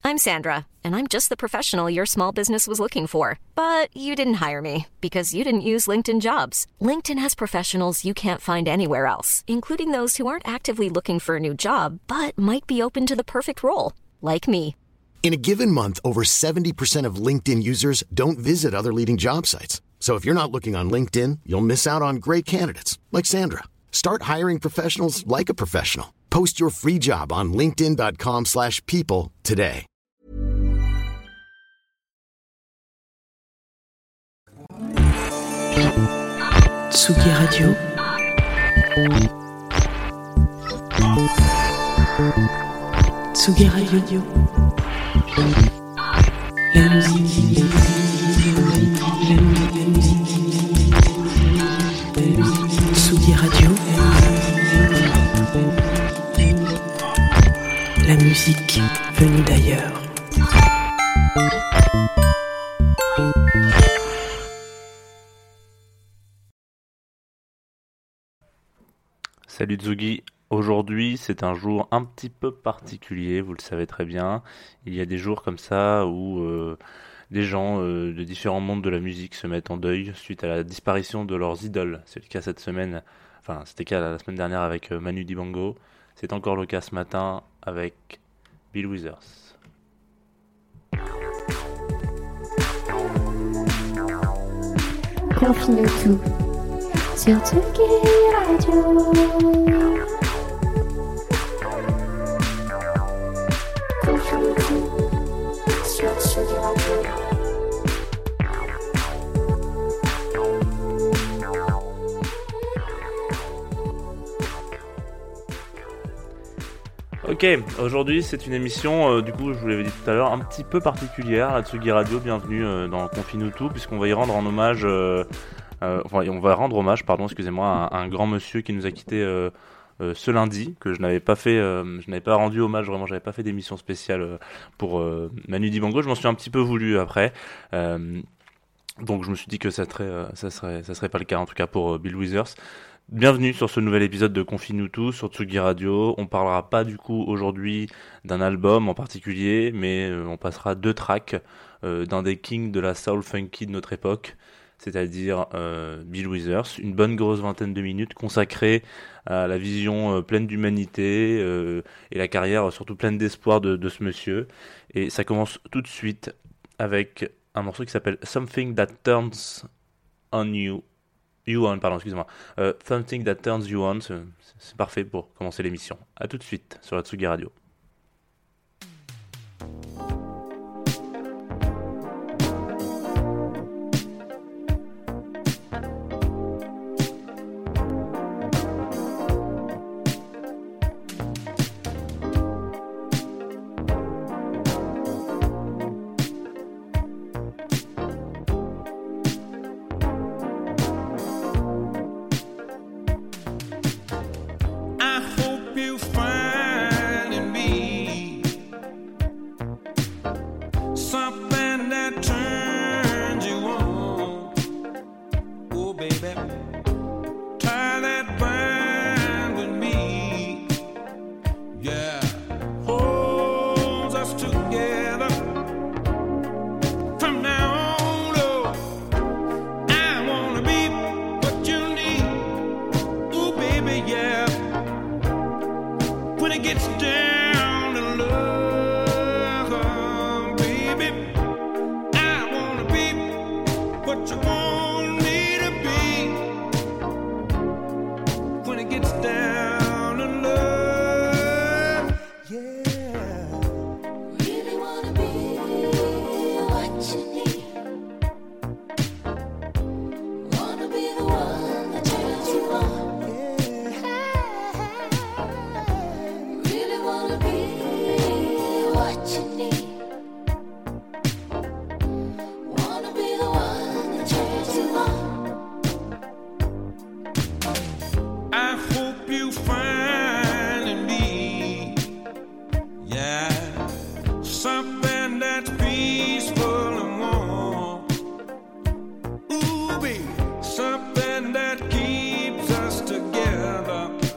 I'm Sandra, and I'm just the professional your small business was looking for. But you didn't hire me because you didn't use LinkedIn Jobs. LinkedIn has professionals you can't find anywhere else, including those who aren't actively looking for a new job, but might be open to the perfect role, like me. In a given month, over 70% of LinkedIn users don't visit other leading job sites. So if you're not looking on LinkedIn, you'll miss out on great candidates like Sandra. Start hiring professionals like a professional. Post your free job on linkedin.com/people today. Tsugi Radio. Tsugi Radio. La musique. Tsugi Radio. La musique venue d'ailleurs. Salut Tsugi, aujourd'hui c'est un jour un petit peu particulier, vous le savez très bien. Il y a des jours comme ça où des gens de différents mondes de la musique se mettent en deuil suite à la disparition de leurs idoles. C'est le cas cette semaine, enfin c'était le cas la semaine dernière avec Manu Dibango. C'est encore le cas ce matin avec Bill Withers. Confine tout sur Tsugi Radio. Confine tout sur Tsugi Radio. Ok, aujourd'hui c'est une émission, du coup je vous l'avais dit tout à l'heure, un petit peu particulière, la Tsugi Radio, bienvenue dans Confine tout, puisqu'on va y rendre hommage, on va rendre hommage, à un grand monsieur qui nous a quittés ce lundi, que je n'avais pas rendu hommage, vraiment, j'avais pas fait d'émission spéciale pour Manu Dibango, je m'en suis un petit peu voulu après, donc je me suis dit que ça serait pas le cas en tout cas pour Bill Withers. Bienvenue sur ce nouvel épisode de Confine tout sur Tsugi Radio. On parlera pas du coup aujourd'hui d'un album en particulier, mais on passera 2 tracks d'un des kings de la soul funky de notre époque, c'est-à-dire Bill Withers, une bonne grosse vingtaine de minutes consacrée à la vision pleine d'humanité et la carrière surtout pleine d'espoir de ce monsieur. Et ça commence tout de suite avec un morceau qui s'appelle Something That Turns You On, Something That Turns You On, c'est parfait pour commencer l'émission. A tout de suite sur la Tsugi Radio.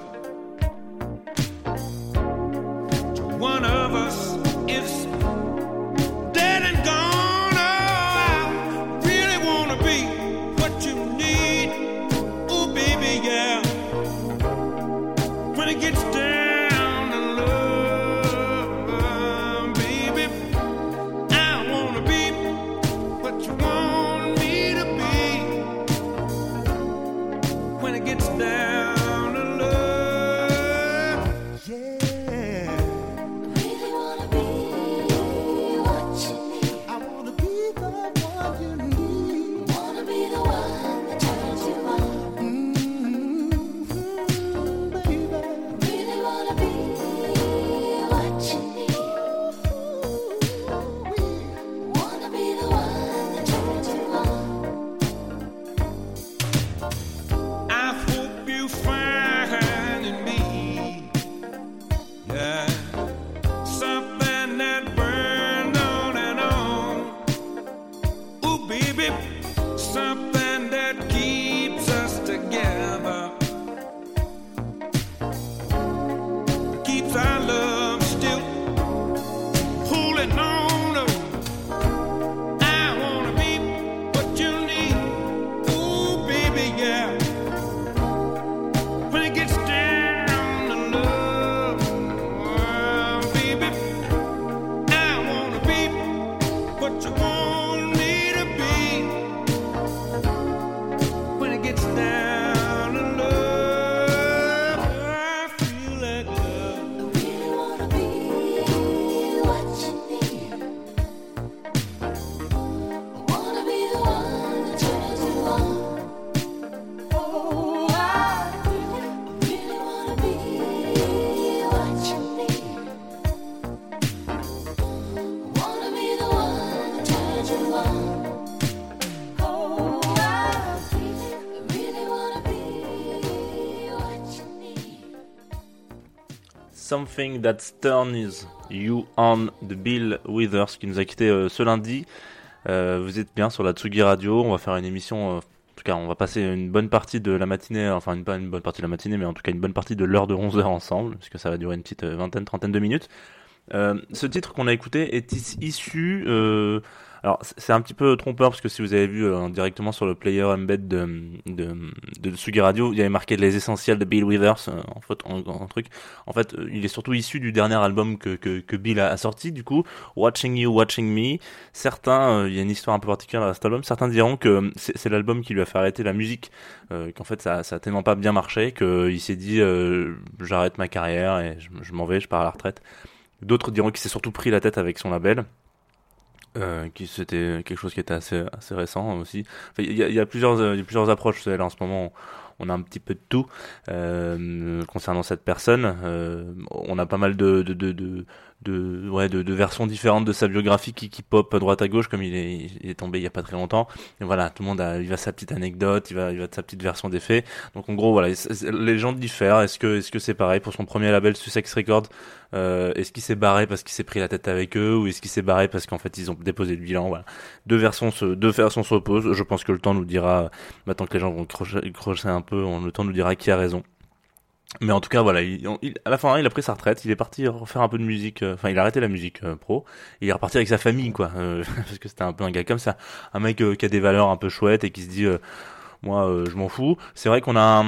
One of us is Something That Turns You On de Bill Withers qui nous a quitté ce lundi. Vous êtes bien sur la Tsugi Radio, on va faire une émission, en tout cas on va passer une bonne partie de la matinée, enfin pas une bonne partie de la matinée mais en tout cas une bonne partie de l'heure de 11h ensemble, puisque ça va durer une petite trentaine de minutes. Ce titre qu'on a écouté est issu... alors c'est un petit peu trompeur parce que si vous avez vu directement sur le player embed de Tsugi Radio, il y avait marqué les essentiels de Bill Withers en fait en truc. En fait, il est surtout issu du dernier album que Bill a sorti, du coup, Watching You, Watching Me. Certains, il y a une histoire un peu particulière dans cet album. Certains diront que c'est l'album qui lui a fait arrêter la musique, qu'en fait ça a tellement pas bien marché qu'il s'est dit j'arrête ma carrière et je m'en vais, je pars à la retraite. D'autres diront qu'il s'est surtout pris la tête avec son label. Qui c'était quelque chose qui était assez récent aussi. Enfin, il y a plusieurs approches. Vous savez, là en ce moment on a un petit peu de tout concernant cette personne. On a pas mal de versions différentes de sa biographie qui pop à droite à gauche, comme il est tombé il y a pas très longtemps. Et voilà, tout le monde il va sa petite anecdote, il va de sa petite version des faits. Donc en gros voilà, les gens diffèrent. Est-ce que c'est pareil pour son premier label Sussex Records? Est-ce qu'il s'est barré parce qu'il s'est pris la tête avec eux, ou est-ce qu'il s'est barré parce qu'en fait ils ont déposé le bilan? Voilà, deux versions s'opposent. Je pense que le temps nous dira, maintenant que les gens vont crocher un peu, le temps nous dira qui a raison. Mais en tout cas, voilà, à la fin, il a pris sa retraite, il est parti refaire un peu de musique, enfin, il a arrêté la musique pro, et il est reparti avec sa famille, quoi, parce que c'était un peu un gars comme ça, un mec qui a des valeurs un peu chouettes et qui se dit, moi, je m'en fous. C'est vrai qu'on a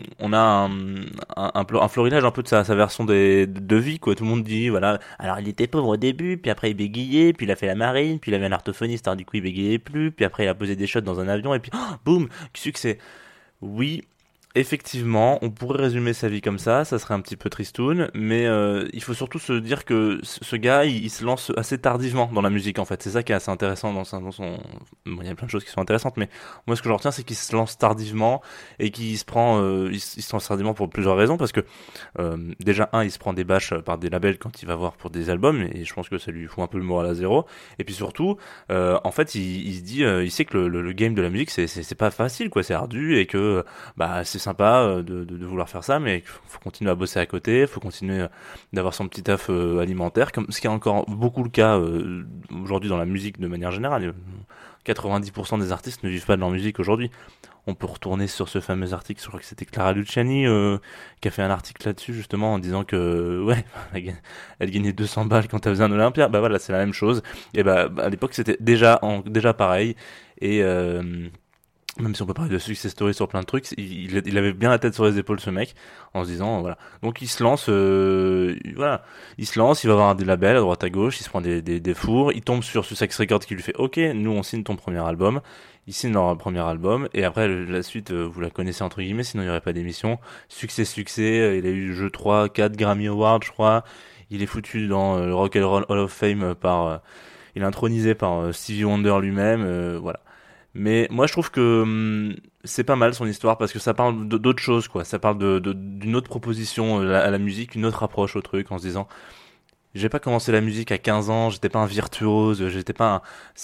un florilège un peu de sa version de vie, quoi. Tout le monde dit, voilà, alors il était pauvre au début, puis après il bégayait, puis il a fait la marine, puis il avait un orthophoniste, alors du coup il bégayait plus, puis après il a posé des shots dans un avion, et puis, boum, succès. Oui, effectivement, on pourrait résumer sa vie comme ça serait un petit peu tristoun, mais il faut surtout se dire que ce gars, il se lance assez tardivement dans la musique, en fait. C'est ça qui est assez intéressant dans son... Bon, il y a plein de choses qui sont intéressantes, mais moi, ce que je retiens, c'est qu'il se lance tardivement et qu'il se prend... il se lance tardivement pour plusieurs raisons, parce que déjà, il se prend des bâches par des labels quand il va voir pour des albums, et je pense que ça lui fout un peu le moral à zéro. Et puis surtout, en fait, il se dit... il sait que le game de la musique, c'est pas facile, quoi. C'est ardu, et que c'est sympa de vouloir faire ça, mais il faut continuer à bosser à côté, il faut continuer d'avoir son petit taf alimentaire, comme ce qui est encore beaucoup le cas aujourd'hui dans la musique de manière générale. 90% des artistes ne vivent pas de leur musique aujourd'hui. On peut retourner sur ce fameux article, je crois que c'était Clara Luciani qui a fait un article là-dessus justement en disant que elle gagnait 200 balles quand elle faisait un Olympia. Bah voilà, c'est la même chose. Et à l'époque c'était déjà pareil, et même si on peut parler de success story sur plein de trucs, il avait bien la tête sur les épaules, ce mec, en se disant, voilà. Donc il se lance, il va voir des labels à droite à gauche, il se prend des fours, il tombe sur Sussex Records qui lui fait, ok, nous on signe ton premier album, il signe leur premier album, et après la suite, vous la connaissez entre guillemets, sinon il n'y aurait pas d'émission. Succès, il a eu 4 Grammy Awards, je crois, il est foutu dans le Rock and Roll Hall of Fame il est intronisé par Stevie Wonder lui-même, voilà. Mais moi je trouve que c'est pas mal son histoire, parce que ça parle d'autre chose, quoi. Ça parle d'une autre proposition à la musique, une autre approche au truc, en se disant, j'ai pas commencé la musique à 15 ans, j'étais pas un virtuose, c'était pas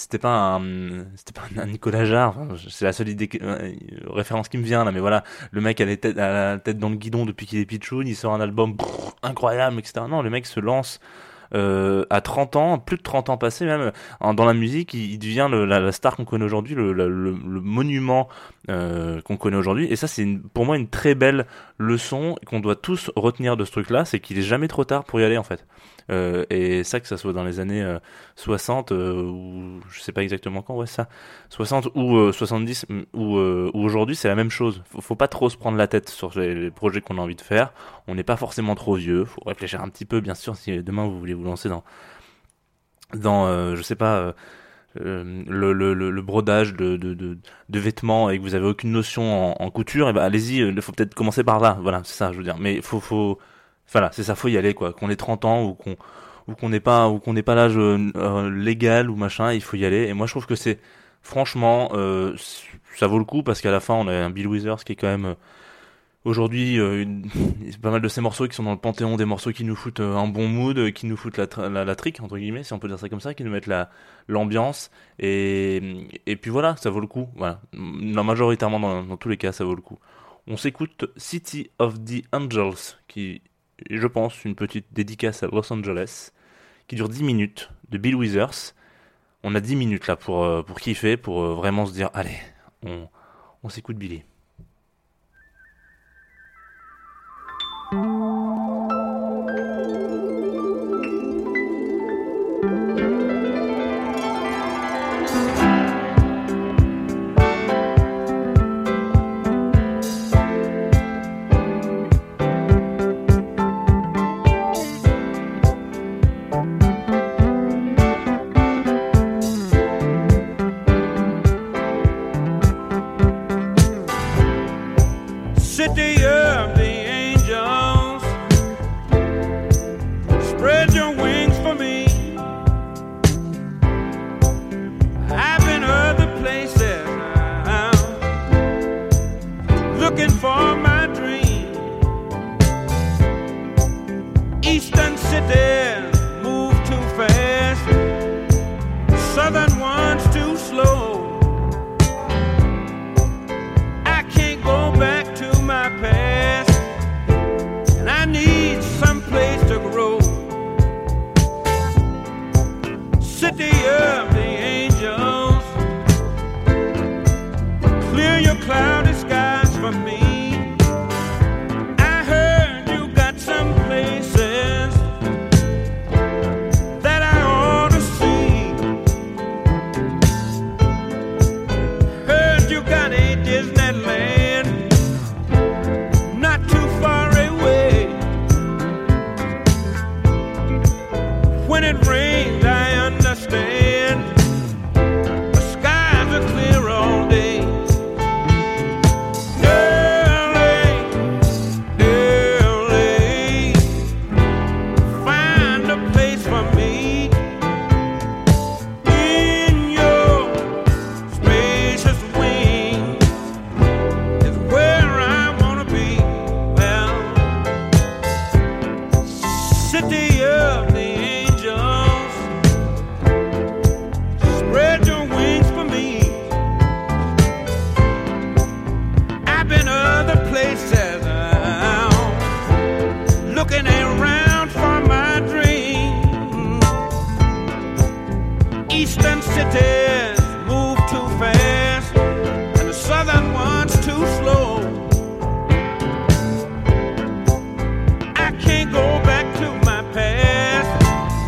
un Nicolas Jarre, enfin, c'est la seule référence qui me vient là, mais voilà, le mec a la tête dans le guidon depuis qu'il est pitchoun, il sort un album incroyable, etc. Non, le mec se lance à 30 ans, plus de 30 ans passés même, dans la musique, il devient la star qu'on connaît aujourd'hui, le monument qu'on connaît aujourd'hui. Et ça, c'est pour moi une très belle leçon qu'on doit tous retenir de ce truc-là, c'est qu'il est jamais trop tard pour y aller, en fait. Et ça, que ça soit dans les années 60 ou je sais pas exactement quand, 60 ou 70 ou aujourd'hui, c'est la même chose. Faut pas trop se prendre la tête sur les projets qu'on a envie de faire. On n'est pas forcément trop vieux, faut réfléchir un petit peu, bien sûr, si demain vous voulez vous lancer dans je sais pas, le brodage de vêtements et que vous avez aucune notion en couture, et allez-y, il faut peut-être commencer par là. Voilà, c'est ça, je veux dire. Mais voilà, c'est ça, faut y aller, quoi. Qu'on ait 30 ans ou qu'on n'ait pas l'âge légal ou machin, il faut y aller. Et moi je trouve que c'est franchement ça vaut le coup, parce qu'à la fin on a un Bill Withers qui est quand même aujourd'hui pas mal de ces morceaux qui sont dans le panthéon des morceaux qui nous foutent un bon mood, qui nous foutent la trique, entre guillemets, si on peut dire ça comme ça, qui nous mettent l'ambiance, et puis voilà, ça vaut le coup. Voilà, majoritairement dans tous les cas ça vaut le coup. On s'écoute City of the Angels, qui je pense, une petite dédicace à Los Angeles, qui dure 10 minutes, de Bill Withers. On a 10 minutes là pour kiffer, pour vraiment se dire, allez, on s'écoute Billy. City of the angels, spread your wings for me. I've been other places now, looking for my dream. Eastern cities move too fast, southern ones too slow. My past, and I need some place to grow. City of the angels, clear your cloudy skies for me. I heard you got some places that I ought to see. Heard you got a Disneyland when it rains, I understand. The skies are clear all day. LA, LA, find a place for me in your spacious wings is where I wanna be. Well, city of the spread your wings for me. I've been other places now, looking around for my dream. Eastern cities move too fast, and the southern ones too slow. I can't go back to my past.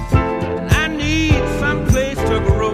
I need some place to grow.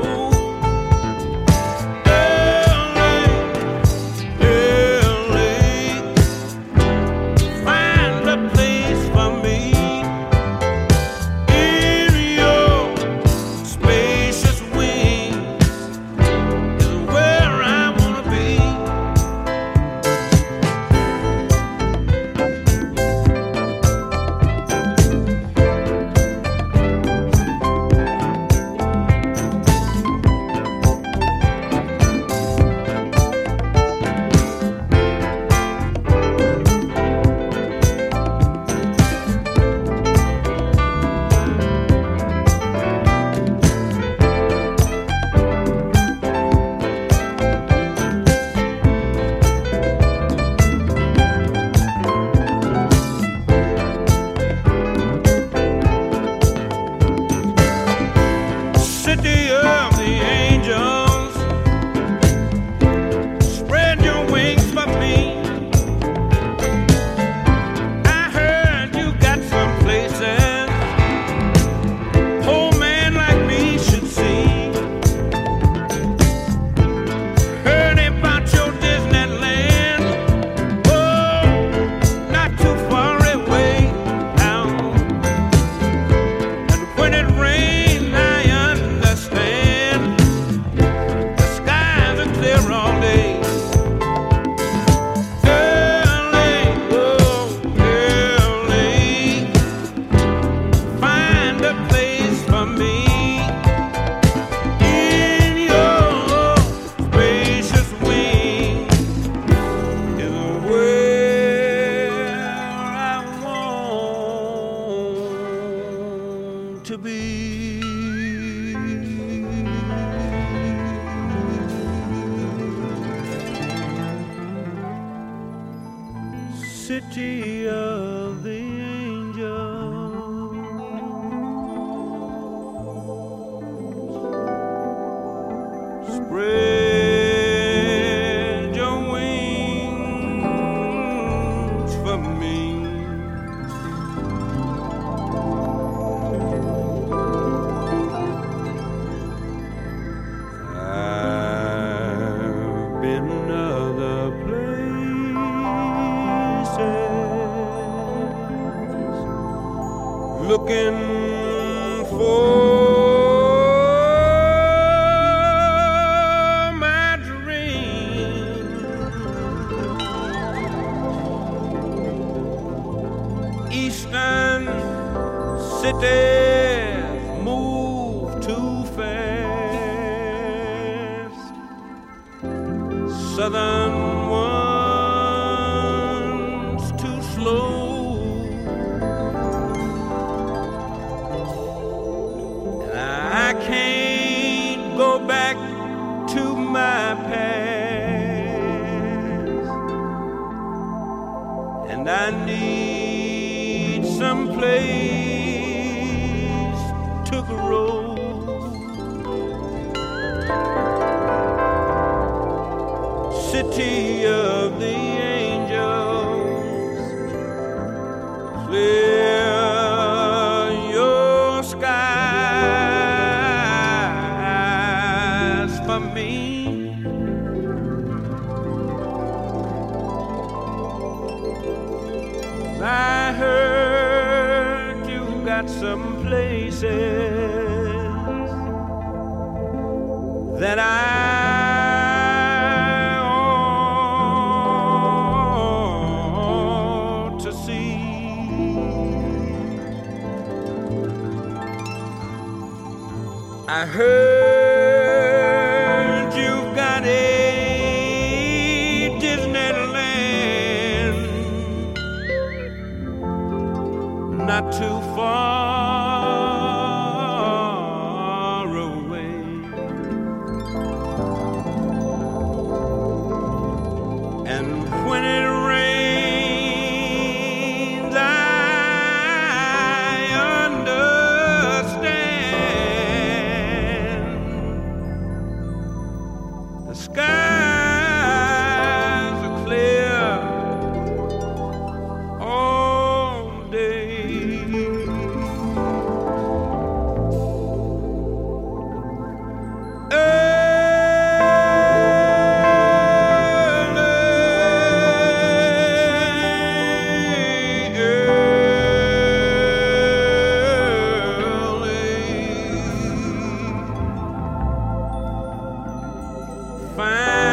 city of the angels. spread your wings for me. I've been other places looking for my dream. Eastern cities move too fast. Southern ones too slow. I can't go back to my past, and I need some place to grow. City of the angels, clear your skies for me. I heard you got some places that I ought to see. I heard you've got a Disneyland not too far away. And when it rains, I understand. The skies are clear all day. Fine.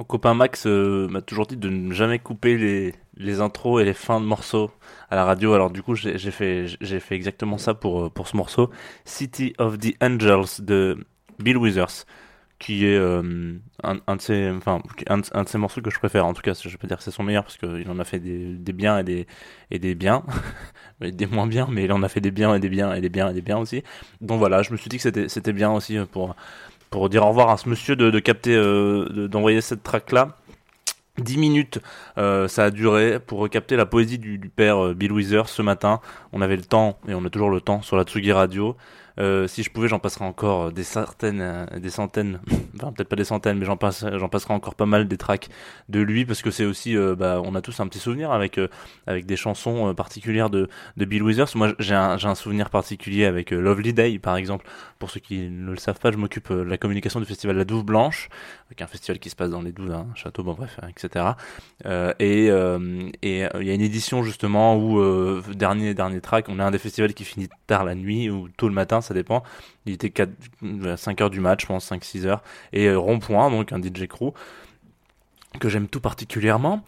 Mon copain Max m'a toujours dit de ne jamais couper les intros et les fins de morceaux à la radio. Alors du coup, j'ai fait exactement ça pour ce morceau, City of the Angels de Bill Withers, qui est un de ses morceaux que je préfère. En tout cas, je vais pas dire que c'est son meilleur parce qu'il en a fait des biens et des biens, et des moins bien, mais il en a fait des biens et des biens et des biens et des biens aussi. Donc voilà, je me suis dit que c'était bien aussi pour dire au revoir à ce monsieur de capter, d'envoyer cette track là. 10 minutes ça a duré pour capter la poésie du père Bill Withers ce matin. On avait le temps et on a toujours le temps sur la Tsugi Radio. Si je pouvais, j'en passerais encore des centaines, enfin peut-être pas des centaines, mais j'en passerai encore pas mal des tracks de lui, parce que c'est aussi, on a tous un petit souvenir avec des chansons particulières de Bill Withers. Moi, j'ai un souvenir particulier avec Lovely Day, par exemple. Pour ceux qui ne le savent pas, je m'occupe de la communication du festival La Douve Blanche, qui est un festival qui se passe dans les Douves, hein, château, bon bref, etc. Et il y a une édition justement où dernier track, on a un des festivals qui finit tard la nuit ou tôt le matin, ça dépend. Il était 5h du match, je pense, 5-6h. Et Rond-Point, donc un DJ crew que j'aime tout particulièrement,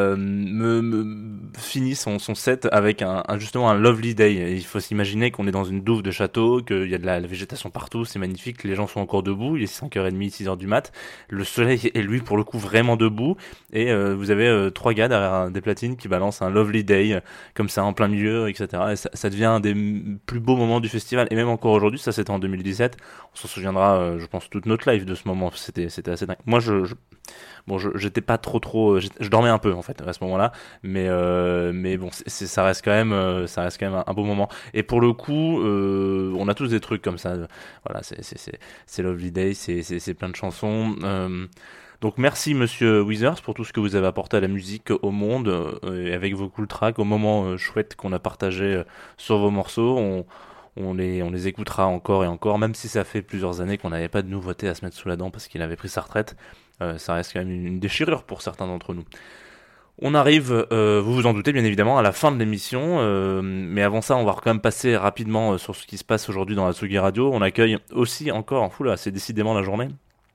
finit son set avec justement un Lovely Day. Et il faut s'imaginer qu'on est dans une douve de château, qu'il y a de la végétation partout, c'est magnifique, les gens sont encore debout, il est 5h30, 6h du mat, le soleil est lui pour le coup vraiment debout, et vous avez 3 gars derrière des platines qui balancent un Lovely Day comme ça en plein milieu, etc. Et ça devient un des plus beaux moments du festival, et même encore aujourd'hui, ça c'était en 2017, on s'en souviendra, je pense, toute notre live de ce moment, c'était assez dingue. Moi j'étais pas trop, je dormais un peu en fait à ce moment-là, mais bon, ça reste quand même un beau moment. Et pour le coup, on a tous des trucs comme ça. Voilà, c'est Lovely Day, c'est plein de chansons. Donc merci Monsieur Withers pour tout ce que vous avez apporté à la musique, au monde, et avec vos cool tracks, au moment chouette qu'on a partagé sur vos morceaux. On les écoutera encore et encore, même si ça fait plusieurs années qu'on n'avait pas de nouveautés à se mettre sous la dent parce qu'il avait pris sa retraite. Ça reste quand même une déchirure pour certains d'entre nous. On arrive, vous vous en doutez bien évidemment, à la fin de l'émission, mais avant ça, on va quand même passer rapidement sur ce qui se passe aujourd'hui dans la Tsugi Radio. On accueille aussi encore, c'est décidément la journée,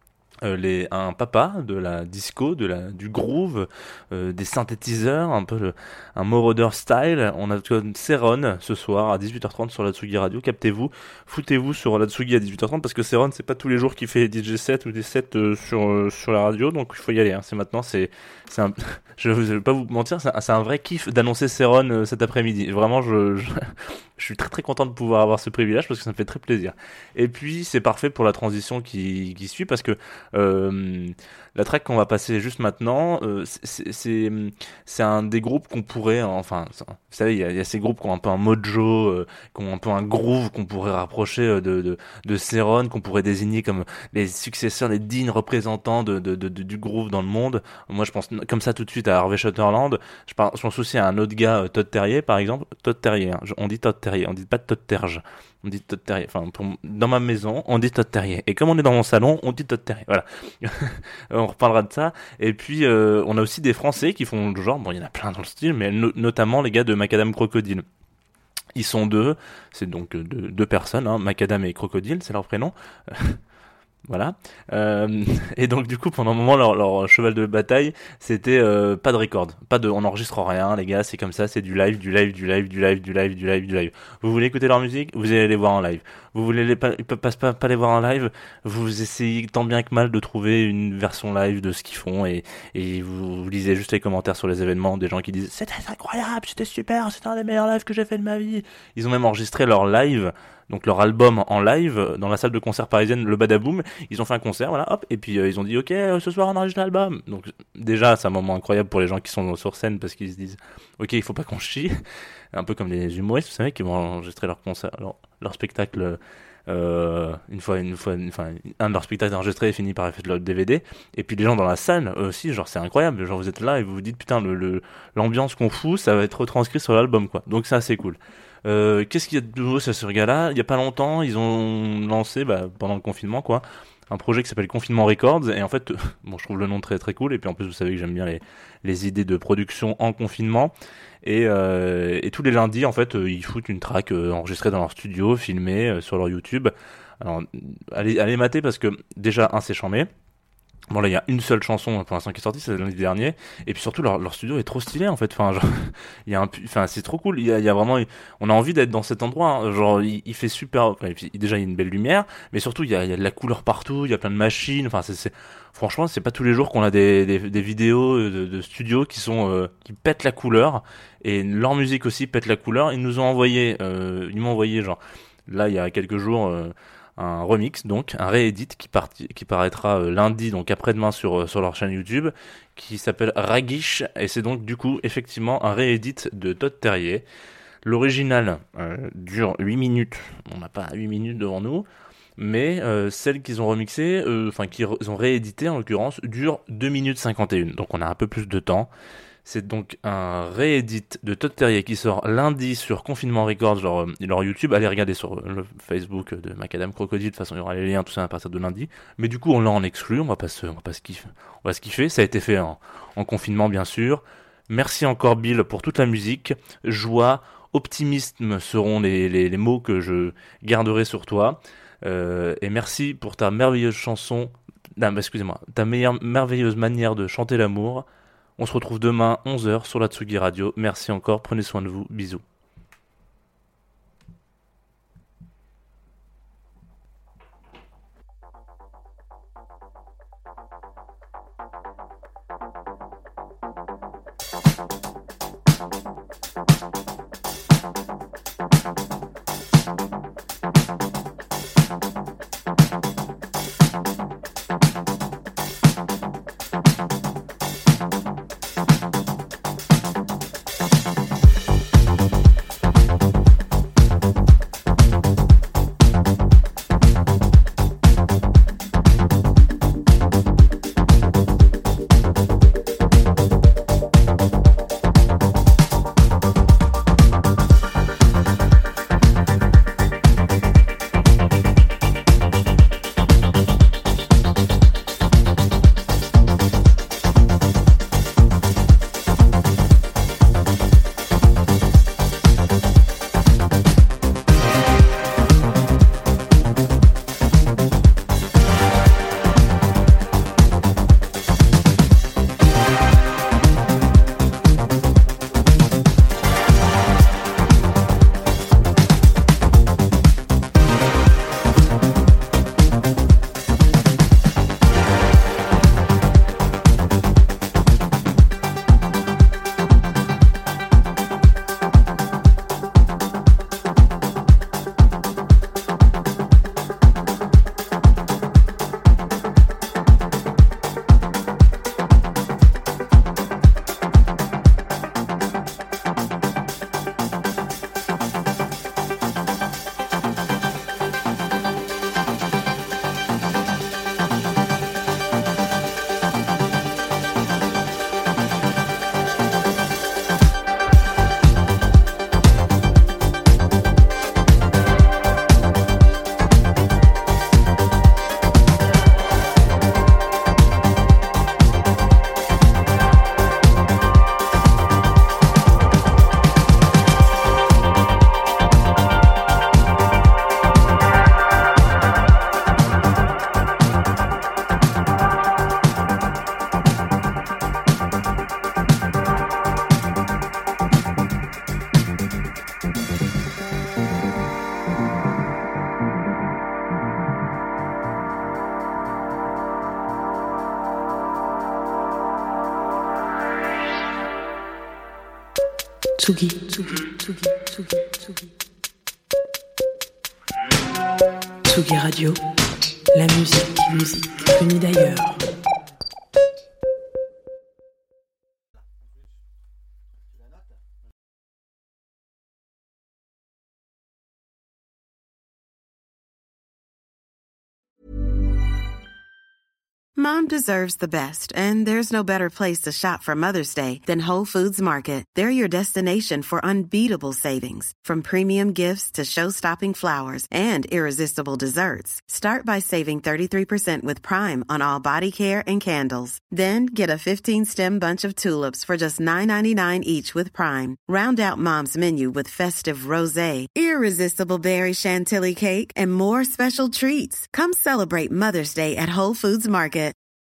un papa de la disco, du groove, des synthétiseurs, un peu un Moroder style. On a Seron ce soir à 18h30 sur la Tsugi Radio. Captez-vous, foutez-vous sur la Tsugi à 18h30 parce que Seron, c'est pas tous les jours qu'il fait des DJ sets ou des sets sur la radio, donc il faut y aller. Hein. C'est maintenant, je vais pas vous mentir, c'est un vrai kiff d'annoncer Seron cet après-midi. Vraiment, je suis très très content de pouvoir avoir ce privilège parce que ça me fait très plaisir. Et puis c'est parfait pour la transition qui suit parce que la track qu'on va passer juste maintenant, c'est un des groupes qu'on pourrait, enfin, vous savez, il y a ces groupes qui ont un peu un mojo, qui ont un peu un groove qu'on pourrait rapprocher de Seron, qu'on pourrait désigner comme les successeurs, les dignes représentants du groove dans le monde. Moi, je pense comme ça tout de suite à Harvey Sutherland. Je pense aussi à un autre gars, Todd Terje, par exemple. Todd Terje, hein. On dit Todd Terje, on dit pas Todd Terje. On dit Todd Terje. Enfin, dans ma maison, on dit Todd Terje. Et comme on est dans mon salon, on dit Todd Terje. Voilà. On reparlera de ça. Et puis, on a aussi des Français qui font le genre. Bon, il y en a plein dans le style, mais notamment les gars de Macadam Crocodile. Ils sont deux. C'est donc deux personnes, hein. Macadam et Crocodile, c'est leur prénom. Voilà. Et donc du coup pendant un moment leur cheval de bataille c'était pas de record, on n'enregistre rien les gars, c'est comme ça, c'est du live. Vous voulez écouter leur musique, vous allez les voir en live. Vous voulez pas les voir en live, vous essayez tant bien que mal de trouver une version live de ce qu'ils font et vous lisez juste les commentaires sur les événements des gens qui disent c'était incroyable, c'était super, c'était un des meilleurs lives que j'ai fait de ma vie. Ils ont même enregistré leur live, donc leur album en live dans la salle de concert parisienne Le Badaboom. Ils ont fait un concert, voilà, hop, et puis ils ont dit ok, ce soir on enregistre l'album. Donc déjà c'est un moment incroyable pour les gens qui sont sur scène parce qu'ils se disent ok, il faut pas qu'on chie, un peu comme les humoristes, vous savez, qui vont enregistrer leur concert, leur spectacle une fois, un de leurs spectacles enregistrés est fini par effet de le DVD. Et puis les gens dans la salle aussi, genre c'est incroyable, genre vous êtes là et vous vous dites putain, l'ambiance qu'on fout, ça va être retranscrit sur l'album quoi. Donc ça c'est cool. Qu'est-ce qu'il y a de nouveau sur ce gars-là? Il y a pas longtemps, ils ont lancé, pendant le confinement, quoi, un projet qui s'appelle Confinement Records. Et en fait, bon, je trouve le nom très très cool. Et puis en plus, vous savez que j'aime bien les idées de production en confinement. Et tous les lundis, en fait, ils foutent une track enregistrée dans leur studio, filmée sur leur YouTube. Alors, allez mater parce que déjà, c'est charmé. Bon là il y a une seule chanson pour l'instant qui est sortie, c'est l'année dernière, et puis surtout leur studio est trop stylé en fait, enfin genre, il y a enfin c'est trop cool, il y a vraiment, on a envie d'être dans cet endroit, hein. Genre il fait super, enfin, déjà il y a une belle lumière, mais surtout il y a de la couleur partout, il y a plein de machines, enfin franchement c'est pas tous les jours qu'on a des vidéos de studios qui sont qui pètent la couleur, et leur musique aussi pète la couleur. Ils m'ont envoyé genre là il y a quelques jours un remix, donc un réédit qui paraîtra lundi, donc après-demain sur leur chaîne YouTube, qui s'appelle Ragish, et c'est donc du coup effectivement un réédit de Todd Terje. L'original dure 8 minutes, on n'a pas 8 minutes devant nous, mais celle qu'ils ont remixée, qu'ils ont réédité en l'occurrence, dure 2 minutes 51, donc on a un peu plus de temps. C'est donc un réédit de Todd Terje qui sort lundi sur Confinement Records, leur YouTube. Allez regarder sur le Facebook de Macadam Crocodile. De toute façon, il y aura les liens, tout ça à partir de lundi. Mais du coup, on l'a en exclu. On va pas se kiffer. Ça a été fait en confinement, bien sûr. Merci encore, Bill, pour toute la musique. Joie, optimisme seront les mots que je garderai sur toi. Et merci pour ta merveilleuse chanson. Ta merveilleuse manière de chanter l'amour. On se retrouve demain 11h sur la Tsugi Radio. Merci encore, prenez soin de vous, bisous. Tsugi. Tsugi Radio, la musique venue d'ailleurs. Mom deserves the best, and there's no better place to shop for Mother's Day than Whole Foods Market. They're your destination for unbeatable savings, from premium gifts to show-stopping flowers and irresistible desserts. Start by saving 33% with Prime on all body care and candles. Then get a 15-stem bunch of tulips for just $9.99 each with Prime. Round out Mom's menu with festive rosé, irresistible berry chantilly cake, and more special treats. Come celebrate Mother's Day at Whole Foods Market.